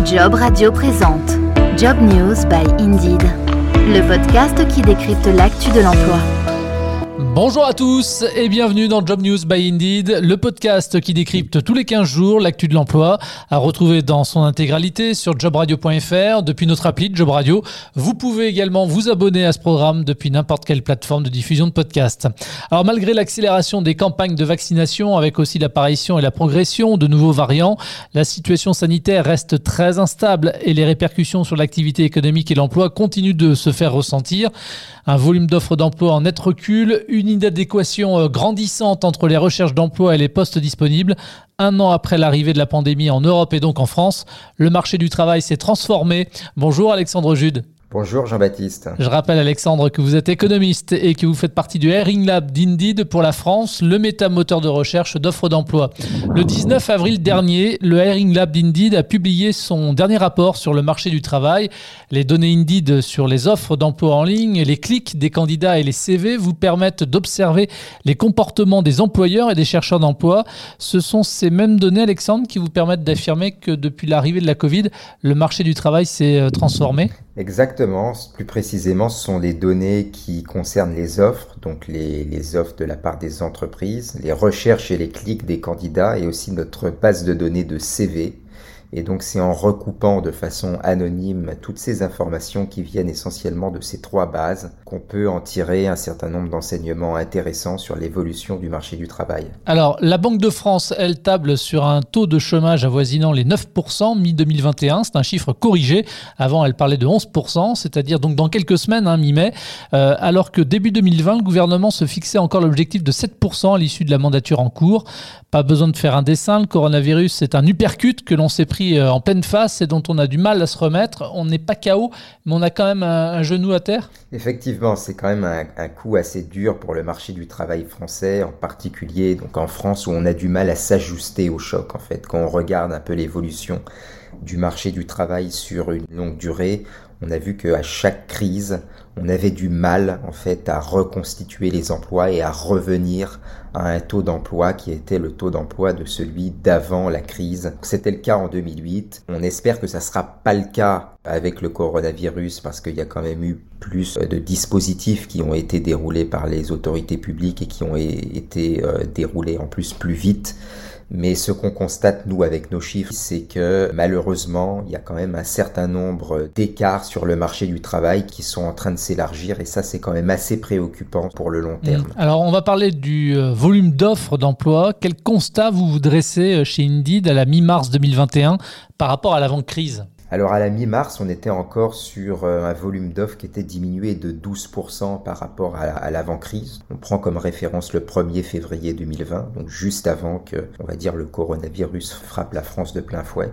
Job Radio présente Job News by Indeed, le podcast qui décrypte l'actu de l'emploi. Bonjour à tous et bienvenue dans Job News by Indeed, le podcast qui décrypte tous les 15 jours l'actu de l'emploi, à retrouver dans son intégralité sur jobradio.fr depuis notre appli Job Radio. Vous pouvez également vous abonner à ce programme depuis n'importe quelle plateforme de diffusion de podcasts. Alors malgré l'accélération des campagnes de vaccination avec aussi l'apparition et la progression de nouveaux variants, la situation sanitaire reste très instable et les répercussions sur l'activité économique et l'emploi continuent de se faire ressentir. Un volume d'offres d'emploi en net recul, une inadéquation grandissante entre les recherches d'emploi et les postes disponibles. Un an après l'arrivée de la pandémie en Europe et donc en France, le marché du travail s'est transformé. Bonjour Alexandre Jude. Bonjour Jean-Baptiste. Je rappelle Alexandre que vous êtes économiste et que vous faites partie du Hiring Lab d'Indeed pour la France, le méta-moteur de recherche d'offres d'emploi. Le 19 avril dernier, le Hiring Lab d'Indeed a publié son dernier rapport sur le marché du travail. Les données Indeed sur les offres d'emploi en ligne, les clics des candidats et les CV vous permettent d'observer les comportements des employeurs et des chercheurs d'emploi. Ce sont ces mêmes données, Alexandre, qui vous permettent d'affirmer que depuis l'arrivée de la Covid, le marché du travail s'est transformé ? Exactement, plus précisément ce sont les données qui concernent les offres, donc les offres de la part des entreprises, les recherches et les clics des candidats et aussi notre base de données de CV. Et donc c'est en recoupant de façon anonyme toutes ces informations qui viennent essentiellement de ces trois bases qu'on peut en tirer un certain nombre d'enseignements intéressants sur l'évolution du marché du travail. Alors la Banque de France, elle table sur un taux de chômage avoisinant les 9% mi-2021, c'est un chiffre corrigé. Avant elle parlait de 11%, c'est-à-dire donc dans quelques semaines, mi-mai, alors que début 2020, le gouvernement se fixait encore l'objectif de 7% à l'issue de la mandature en cours. Pas besoin de faire un dessin, le coronavirus c'est un uppercut que l'on s'est pris en pleine face et dont on a du mal à se remettre. On n'est pas KO, mais on a quand même un genou à terre. Effectivement, c'est quand même un coup assez dur pour le marché du travail français, en particulier donc en France où on a du mal à s'ajuster au choc en fait. Quand on regarde un peu l'évolution du marché du travail sur une longue durée, on a vu qu'à chaque crise, on avait du mal en fait à reconstituer les emplois et à revenir à un taux d'emploi qui était le taux d'emploi de celui d'avant la crise. C'était le cas en 2008. On espère que ça sera pas le cas avec le coronavirus parce qu'il y a quand même eu plus de dispositifs qui ont été déroulés par les autorités publiques et qui ont été déroulés en plus vite. Mais ce qu'on constate, nous, avec nos chiffres, c'est que malheureusement, il y a quand même un certain nombre d'écarts sur le marché du travail qui sont en train de s'élargir et ça, c'est quand même assez préoccupant pour le long terme. Alors, on va parler du volume d'offres d'emploi. Quel constat vous dressez chez Indeed à la mi-mars 2021 par rapport à l'avant-crise ? Alors à la mi-mars, on était encore sur un volume d'offres qui était diminué de 12% par rapport à l'avant-crise. On prend comme référence le 1er février 2020, donc juste avant que, on va dire, le coronavirus frappe la France de plein fouet.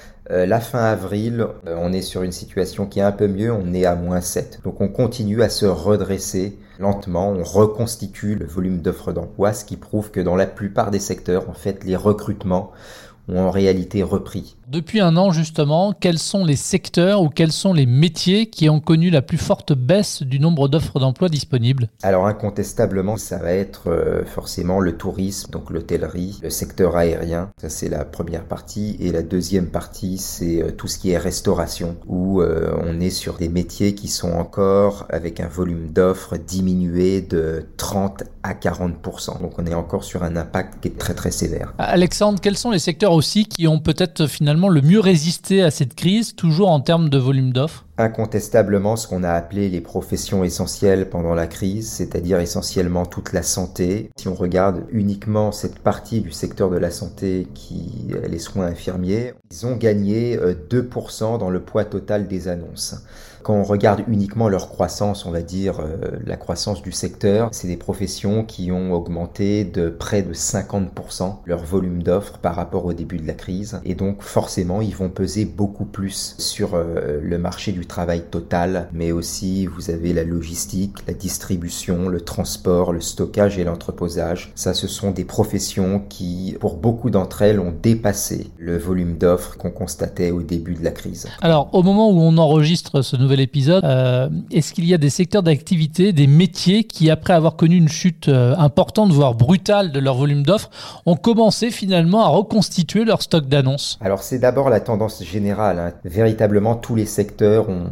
La fin avril, on est sur une situation qui est un peu mieux, on est à -7. Donc on continue à se redresser lentement, on reconstitue le volume d'offres d'emploi, ce qui prouve que dans la plupart des secteurs, en fait, les recrutements ont en réalité repris. Depuis un an justement, quels sont les secteurs ou quels sont les métiers qui ont connu la plus forte baisse du nombre d'offres d'emploi disponibles ? Alors incontestablement, ça va être forcément le tourisme, donc l'hôtellerie, le secteur aérien. Ça c'est la première partie. Et la deuxième partie, c'est tout ce qui est restauration, où on est sur des métiers qui sont encore avec un volume d'offres diminué de 30 à 40%. Donc on est encore sur un impact qui est très très sévère. Alexandre, quels sont les secteurs aussi qui ont peut-être finalement le mieux résisté à cette crise, toujours en termes de volume d'offres ? Incontestablement ce qu'on a appelé les professions essentielles pendant la crise, c'est-à-dire essentiellement toute la santé. Si on regarde uniquement cette partie du secteur de la santé qui est les soins infirmiers, ils ont gagné 2% dans le poids total des annonces. Quand on regarde uniquement leur croissance, on va dire la croissance du secteur, c'est des professions qui ont augmenté de près de 50% leur volume d'offres par rapport au début de la crise. Et donc forcément, ils vont peser beaucoup plus sur le marché du du travail total, mais aussi vous avez la logistique, la distribution, le transport, le stockage et l'entreposage. Ça, ce sont des professions qui, pour beaucoup d'entre elles, ont dépassé le volume d'offres qu'on constatait au début de la crise. Alors, au moment où on enregistre ce nouvel épisode, est-ce qu'il y a des secteurs d'activité, des métiers qui, après avoir connu une chute importante, voire brutale de leur volume d'offres, ont commencé finalement à reconstituer leur stock d'annonces? Alors, c'est d'abord la tendance générale. Véritablement, tous les secteurs ont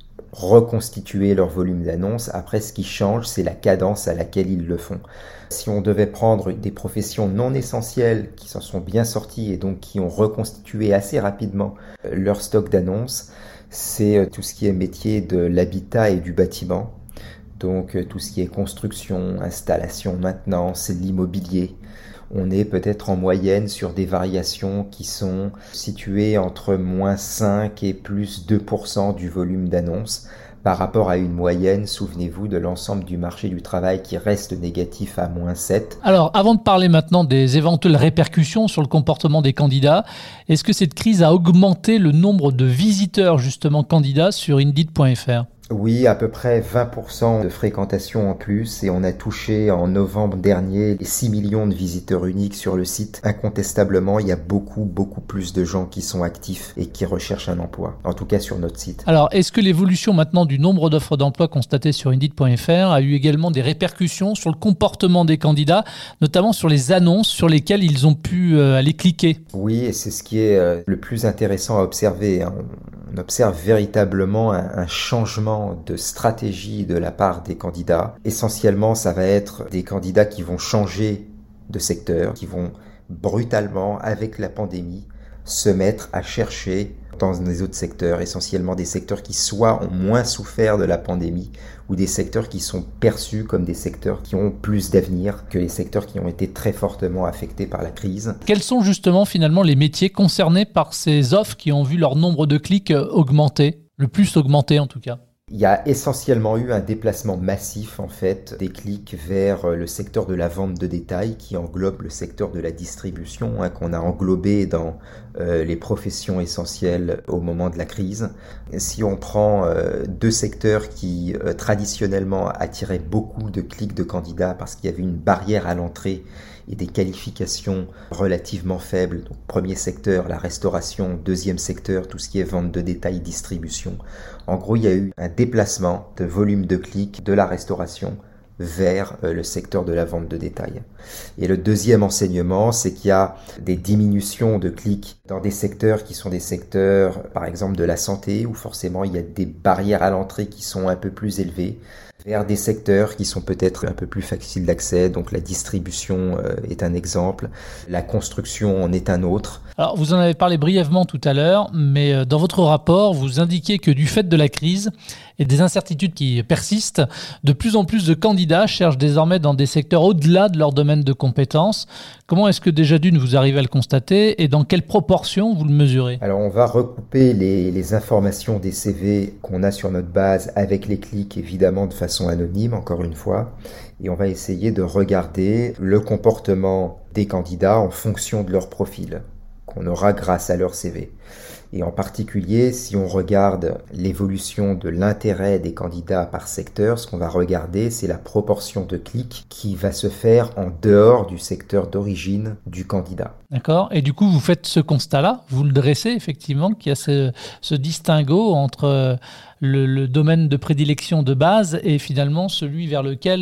reconstitué leur volume d'annonces. Après, ce qui change, c'est la cadence à laquelle ils le font. Si on devait prendre des professions non essentielles qui s'en sont bien sorties et donc qui ont reconstitué assez rapidement leur stock d'annonces, c'est tout ce qui est métier de l'habitat et du bâtiment. Donc tout ce qui est construction, installation, maintenance, l'immobilier. On est peut-être en moyenne sur des variations qui sont situées entre moins 5 et plus 2% du volume d'annonces par rapport à une moyenne, souvenez-vous, de l'ensemble du marché du travail qui reste négatif à moins 7. Alors, avant de parler maintenant des éventuelles répercussions sur le comportement des candidats, est-ce que cette crise a augmenté le nombre de visiteurs, justement, candidats sur Indeed.fr ? Oui, à peu près 20% de fréquentation en plus et on a touché en novembre dernier les 6 millions de visiteurs uniques sur le site. Incontestablement, il y a beaucoup plus de gens qui sont actifs et qui recherchent un emploi, en tout cas sur notre site. Alors, est-ce que l'évolution maintenant du nombre d'offres d'emploi constatées sur Indeed.fr a eu également des répercussions sur le comportement des candidats, notamment sur les annonces sur lesquelles ils ont pu aller cliquer? Oui, et c'est ce qui est le plus intéressant à observer. On observe véritablement un changement de stratégie de la part des candidats. Essentiellement, ça va être des candidats qui vont changer de secteur, qui vont brutalement, avec la pandémie, se mettre à chercher dans les autres secteurs, essentiellement des secteurs qui soit ont moins souffert de la pandémie ou des secteurs qui sont perçus comme des secteurs qui ont plus d'avenir que les secteurs qui ont été très fortement affectés par la crise. Quels sont justement finalement les métiers concernés par ces offres qui ont vu leur nombre de clics augmenter, le plus augmenter en tout cas? Il y a essentiellement eu un déplacement massif en fait des clics vers le secteur de la vente de détail qui englobe le secteur de la distribution qu'on a englobé dans les professions essentielles au moment de la crise. Si on prend deux secteurs qui traditionnellement attiraient beaucoup de clics de candidats parce qu'il y avait une barrière à l'entrée et des qualifications relativement faibles. Donc, premier secteur, la restauration. Deuxième secteur, tout ce qui est vente de détail, distribution. En gros, il y a eu un déplacement de volume de clics de la restauration vers le secteur de la vente de détail. Et le deuxième enseignement, c'est qu'il y a des diminutions de clics dans des secteurs qui sont des secteurs, par exemple, de la santé, où forcément il y a des barrières à l'entrée qui sont un peu plus élevées, vers des secteurs qui sont peut-être un peu plus faciles d'accès. Donc la distribution est un exemple, la construction en est un autre. Alors vous en avez parlé brièvement tout à l'heure, mais dans votre rapport, vous indiquez que du fait de la crise et des incertitudes qui persistent, de plus en plus de candidats cherchent désormais dans des secteurs au-delà de leur domaine de compétences. Comment est-ce que déjà d'une vous arrivez à le constater et dans quelle proportion vous le mesurez? Alors on va recouper les informations des CV qu'on a sur notre base avec les clics évidemment de façon anonyme encore une fois et on va essayer de regarder le comportement des candidats en fonction de leur profil qu'on aura grâce à leur CV. Et en particulier, si on regarde l'évolution de l'intérêt des candidats par secteur, ce qu'on va regarder, c'est la proportion de clics qui va se faire en dehors du secteur d'origine du candidat. D'accord. Et du coup, vous faites ce constat-là, vous le dressez effectivement, qu'il y a ce distinguo entre le domaine de prédilection de base et finalement celui vers lequel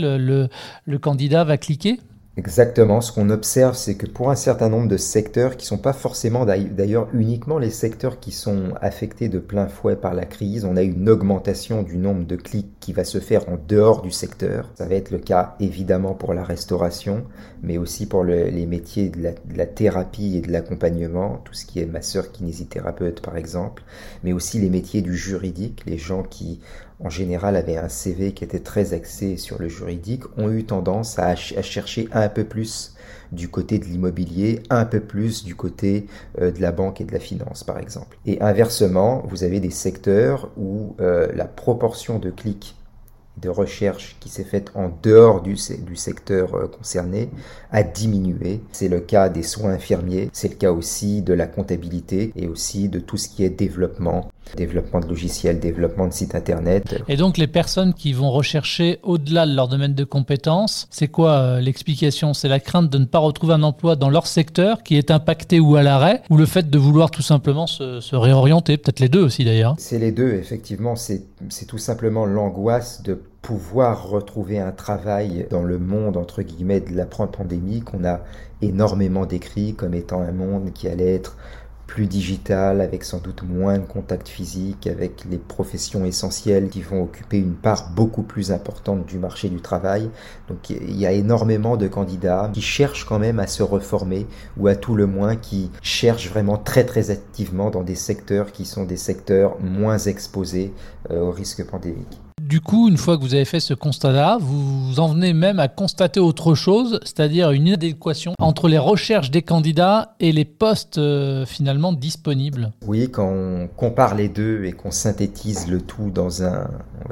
le candidat va cliquer? Exactement, ce qu'on observe, c'est que pour un certain nombre de secteurs qui sont pas forcément d'ailleurs uniquement les secteurs qui sont affectés de plein fouet par la crise, on a une augmentation du nombre de clics qui va se faire en dehors du secteur. Ça va être le cas évidemment pour la restauration, mais aussi pour les métiers de la thérapie et de l'accompagnement, tout ce qui est masseur, kinésithérapeute par exemple, mais aussi les métiers du juridique, les gens qui en général avaient un CV qui était très axé sur le juridique, ont eu tendance à chercher un peu plus du côté de l'immobilier, un peu plus du côté de la banque et de la finance par exemple. Et inversement, vous avez des secteurs où la proportion de clics de recherche qui s'est faite en dehors du secteur concerné a diminué. C'est le cas des soins infirmiers, c'est le cas aussi de la comptabilité et aussi de tout ce qui est développement Développement de logiciels, développement de sites internet. Et donc les personnes qui vont rechercher au-delà de leur domaine de compétences, c'est quoi l'explication? C'est la crainte de ne pas retrouver un emploi dans leur secteur qui est impacté ou à l'arrêt, ou le fait de vouloir tout simplement se réorienter, peut-être les deux aussi d'ailleurs? C'est les deux, effectivement. C'est tout simplement l'angoisse de pouvoir retrouver un travail dans le monde, entre guillemets, de l'après-pandémie qu'on a énormément décrit comme étant un monde qui allait être plus digital, avec sans doute moins de contact physique, avec les professions essentielles qui vont occuper une part beaucoup plus importante du marché du travail. Donc il y a énormément de candidats qui cherchent quand même à se reformer, ou à tout le moins qui cherchent vraiment très très activement dans des secteurs qui sont des secteurs moins exposés au risque pandémique. Du coup, une fois que vous avez fait ce constat-là, vous en venez même à constater autre chose, c'est-à-dire une inadéquation entre les recherches des candidats et les postes finalement disponibles. Oui, quand on compare les deux et qu'on synthétise le tout dans un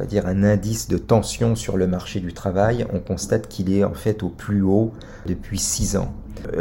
indice de tension sur le marché du travail, on constate qu'il est en fait au plus haut depuis 6 ans.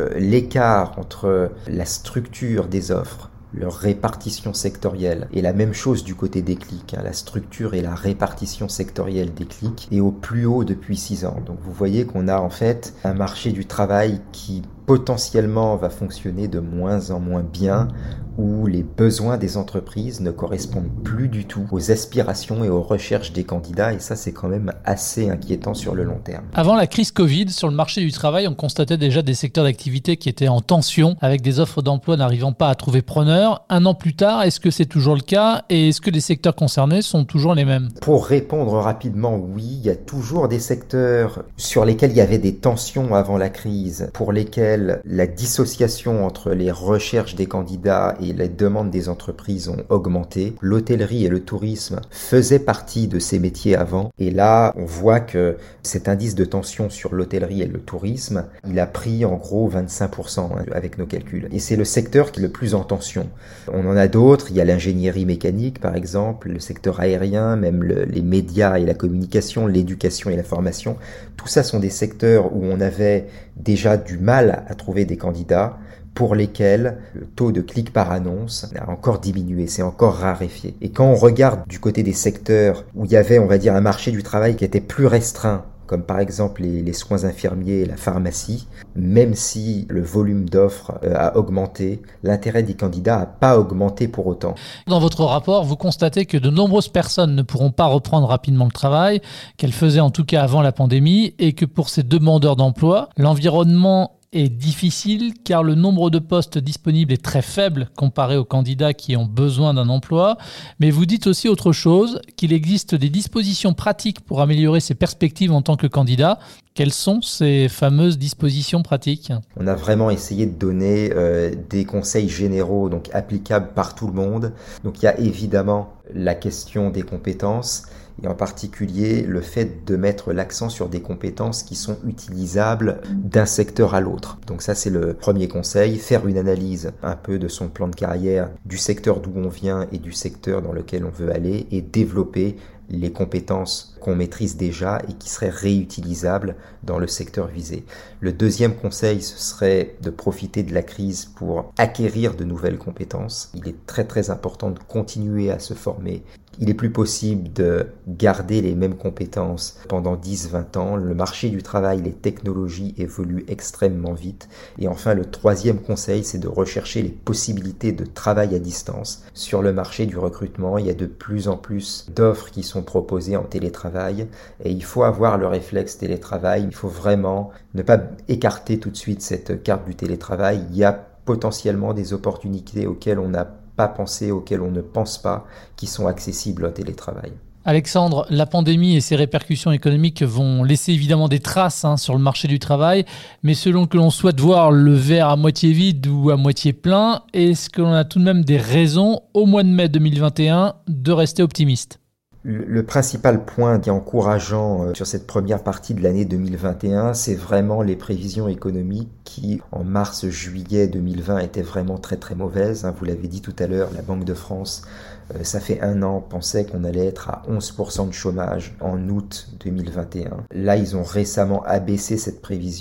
L'écart entre la structure des offres, leur répartition sectorielle, et la même chose du côté des clics, la structure et la répartition sectorielle des clics est au plus haut depuis 6 ans. Donc vous voyez qu'on a en fait un marché du travail qui potentiellement va fonctionner de moins en moins bien, où les besoins des entreprises ne correspondent plus du tout aux aspirations et aux recherches des candidats, et ça c'est quand même assez inquiétant sur le long terme. Avant la crise Covid, sur le marché du travail, on constatait déjà des secteurs d'activité qui étaient en tension, avec des offres d'emploi n'arrivant pas à trouver preneur. Un an plus tard, est-ce que c'est toujours le cas, et est-ce que les secteurs concernés sont toujours les mêmes? Pour répondre rapidement, oui, il y a toujours des secteurs sur lesquels il y avait des tensions avant la crise, pour lesquels la dissociation entre les recherches des candidats et les demandes des entreprises ont augmenté. L'hôtellerie et le tourisme faisaient partie de ces métiers avant. Et là, on voit que cet indice de tension sur l'hôtellerie et le tourisme, il a pris en gros 25% avec nos calculs. Et c'est le secteur qui est le plus en tension. On en a d'autres. Il y a l'ingénierie mécanique, par exemple, le secteur aérien, même les médias et la communication, l'éducation et la formation. Tout ça sont des secteurs où on avait déjà du mal à trouver des candidats, pour lesquels le taux de clics par annonce a encore diminué, c'est encore raréfié. Et quand on regarde du côté des secteurs où il y avait, on va dire, un marché du travail qui était plus restreint, comme par exemple les soins infirmiers et la pharmacie, même si le volume d'offres a augmenté, l'intérêt des candidats n'a pas augmenté pour autant. Dans votre rapport, vous constatez que de nombreuses personnes ne pourront pas reprendre rapidement le travail, qu'elles faisaient en tout cas avant la pandémie, et que pour ces demandeurs d'emploi, l'environnement est difficile car le nombre de postes disponibles est très faible comparé aux candidats qui ont besoin d'un emploi. Mais vous dites aussi autre chose, qu'il existe des dispositions pratiques pour améliorer ses perspectives en tant que candidat. Quelles sont ces fameuses dispositions pratiques? On a vraiment essayé de donner des conseils généraux, donc applicables par tout le monde. Donc il y a évidemment la question des compétences, et en particulier le fait de mettre l'accent sur des compétences qui sont utilisables d'un secteur à l'autre. Donc ça c'est le premier conseil, faire une analyse un peu de son plan de carrière, du secteur d'où on vient et du secteur dans lequel on veut aller, et développer les compétences qu'on maîtrise déjà et qui seraient réutilisables dans le secteur visé. Le deuxième conseil, ce serait de profiter de la crise pour acquérir de nouvelles compétences. Il est très très important de continuer à se former. Il est plus possible de garder les mêmes compétences pendant 10-20 ans. Le marché du travail, les technologies évoluent extrêmement vite. Et enfin, le troisième conseil, c'est de rechercher les possibilités de travail à distance. Sur le marché du recrutement, il y a de plus en plus d'offres qui sont proposées en télétravail. Et il faut avoir le réflexe télétravail. Il faut vraiment ne pas écarter tout de suite cette carte du télétravail. Il y a potentiellement des opportunités auxquelles on n'a pas pensé, auxquelles on ne pense pas, qui sont accessibles au télétravail. Alexandre, la pandémie et ses répercussions économiques vont laisser évidemment des traces sur le marché du travail, mais selon que l'on souhaite voir le verre à moitié vide ou à moitié plein, est-ce que l'on a tout de même des raisons, au mois de mai 2021, de rester optimiste ? Le principal point qui est encourageant sur cette première partie de l'année 2021, c'est vraiment les prévisions économiques qui, en mars-juillet 2020, étaient vraiment très très mauvaises. Vous l'avez dit tout à l'heure, la Banque de France, ça fait 1 an, pensait qu'on allait être à 11% de chômage en août 2021. Là, ils ont récemment abaissé cette prévision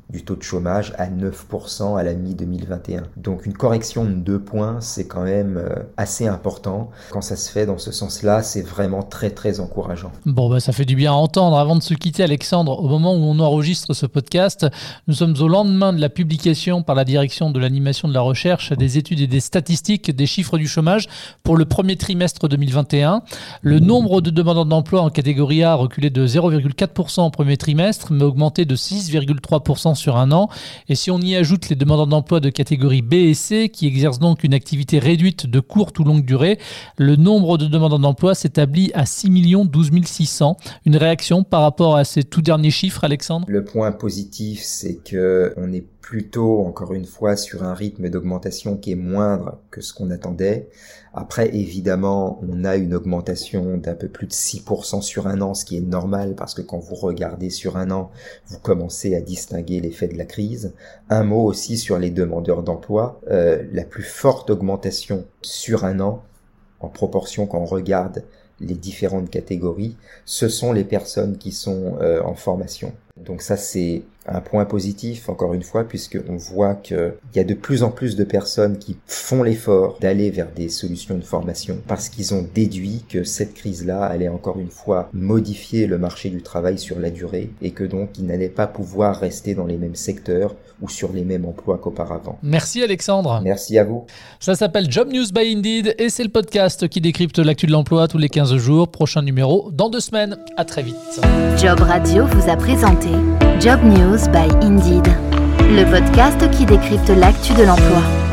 du taux de chômage à 9% à la mi-2021. Donc une correction de 2 points, c'est quand même assez important. Quand ça se fait dans ce sens-là, c'est vraiment très très encourageant. Bon, ça fait du bien à entendre. Avant de se quitter, Alexandre, au moment où on enregistre ce podcast, nous sommes au lendemain de la publication par la direction de l'animation de la recherche, des études et des statistiques des chiffres du chômage pour le premier trimestre 2021. Le nombre de demandeurs d'emploi en catégorie A a reculé de 0,4% au premier trimestre, mais augmenté de 6,3% sur un an. Et si on y ajoute les demandeurs d'emploi de catégorie B et C, qui exercent donc une activité réduite de courte ou longue durée, le nombre de demandeurs d'emploi s'établit à 6 12 600. Une réaction par rapport à ces tout derniers chiffres, Alexandre ? Le point positif, c'est qu'on est plutôt, encore une fois, sur un rythme d'augmentation qui est moindre que ce qu'on attendait. Après, évidemment, on a une augmentation d'un peu plus de 6% sur un an, ce qui est normal parce que quand vous regardez sur un an, vous commencez à distinguer l'effet de la crise. Un mot aussi sur les demandeurs d'emploi. La plus forte augmentation sur un an, en proportion quand on regarde les différentes catégories, ce sont les personnes qui sont en formation. Donc ça, c'est un point positif, encore une fois, puisqu'on voit qu'il y a de plus en plus de personnes qui font l'effort d'aller vers des solutions de formation parce qu'ils ont déduit que cette crise-là allait encore une fois modifier le marché du travail sur la durée et que donc ils n'allaient pas pouvoir rester dans les mêmes secteurs ou sur les mêmes emplois qu'auparavant. Merci Alexandre. Merci à vous. Ça s'appelle Job News by Indeed et c'est le podcast qui décrypte l'actu de l'emploi tous les 15 jours. Prochain numéro dans 2 semaines. À très vite. Job Radio vous a présenté Job News by Indeed, le podcast qui décrypte l'actu de l'emploi.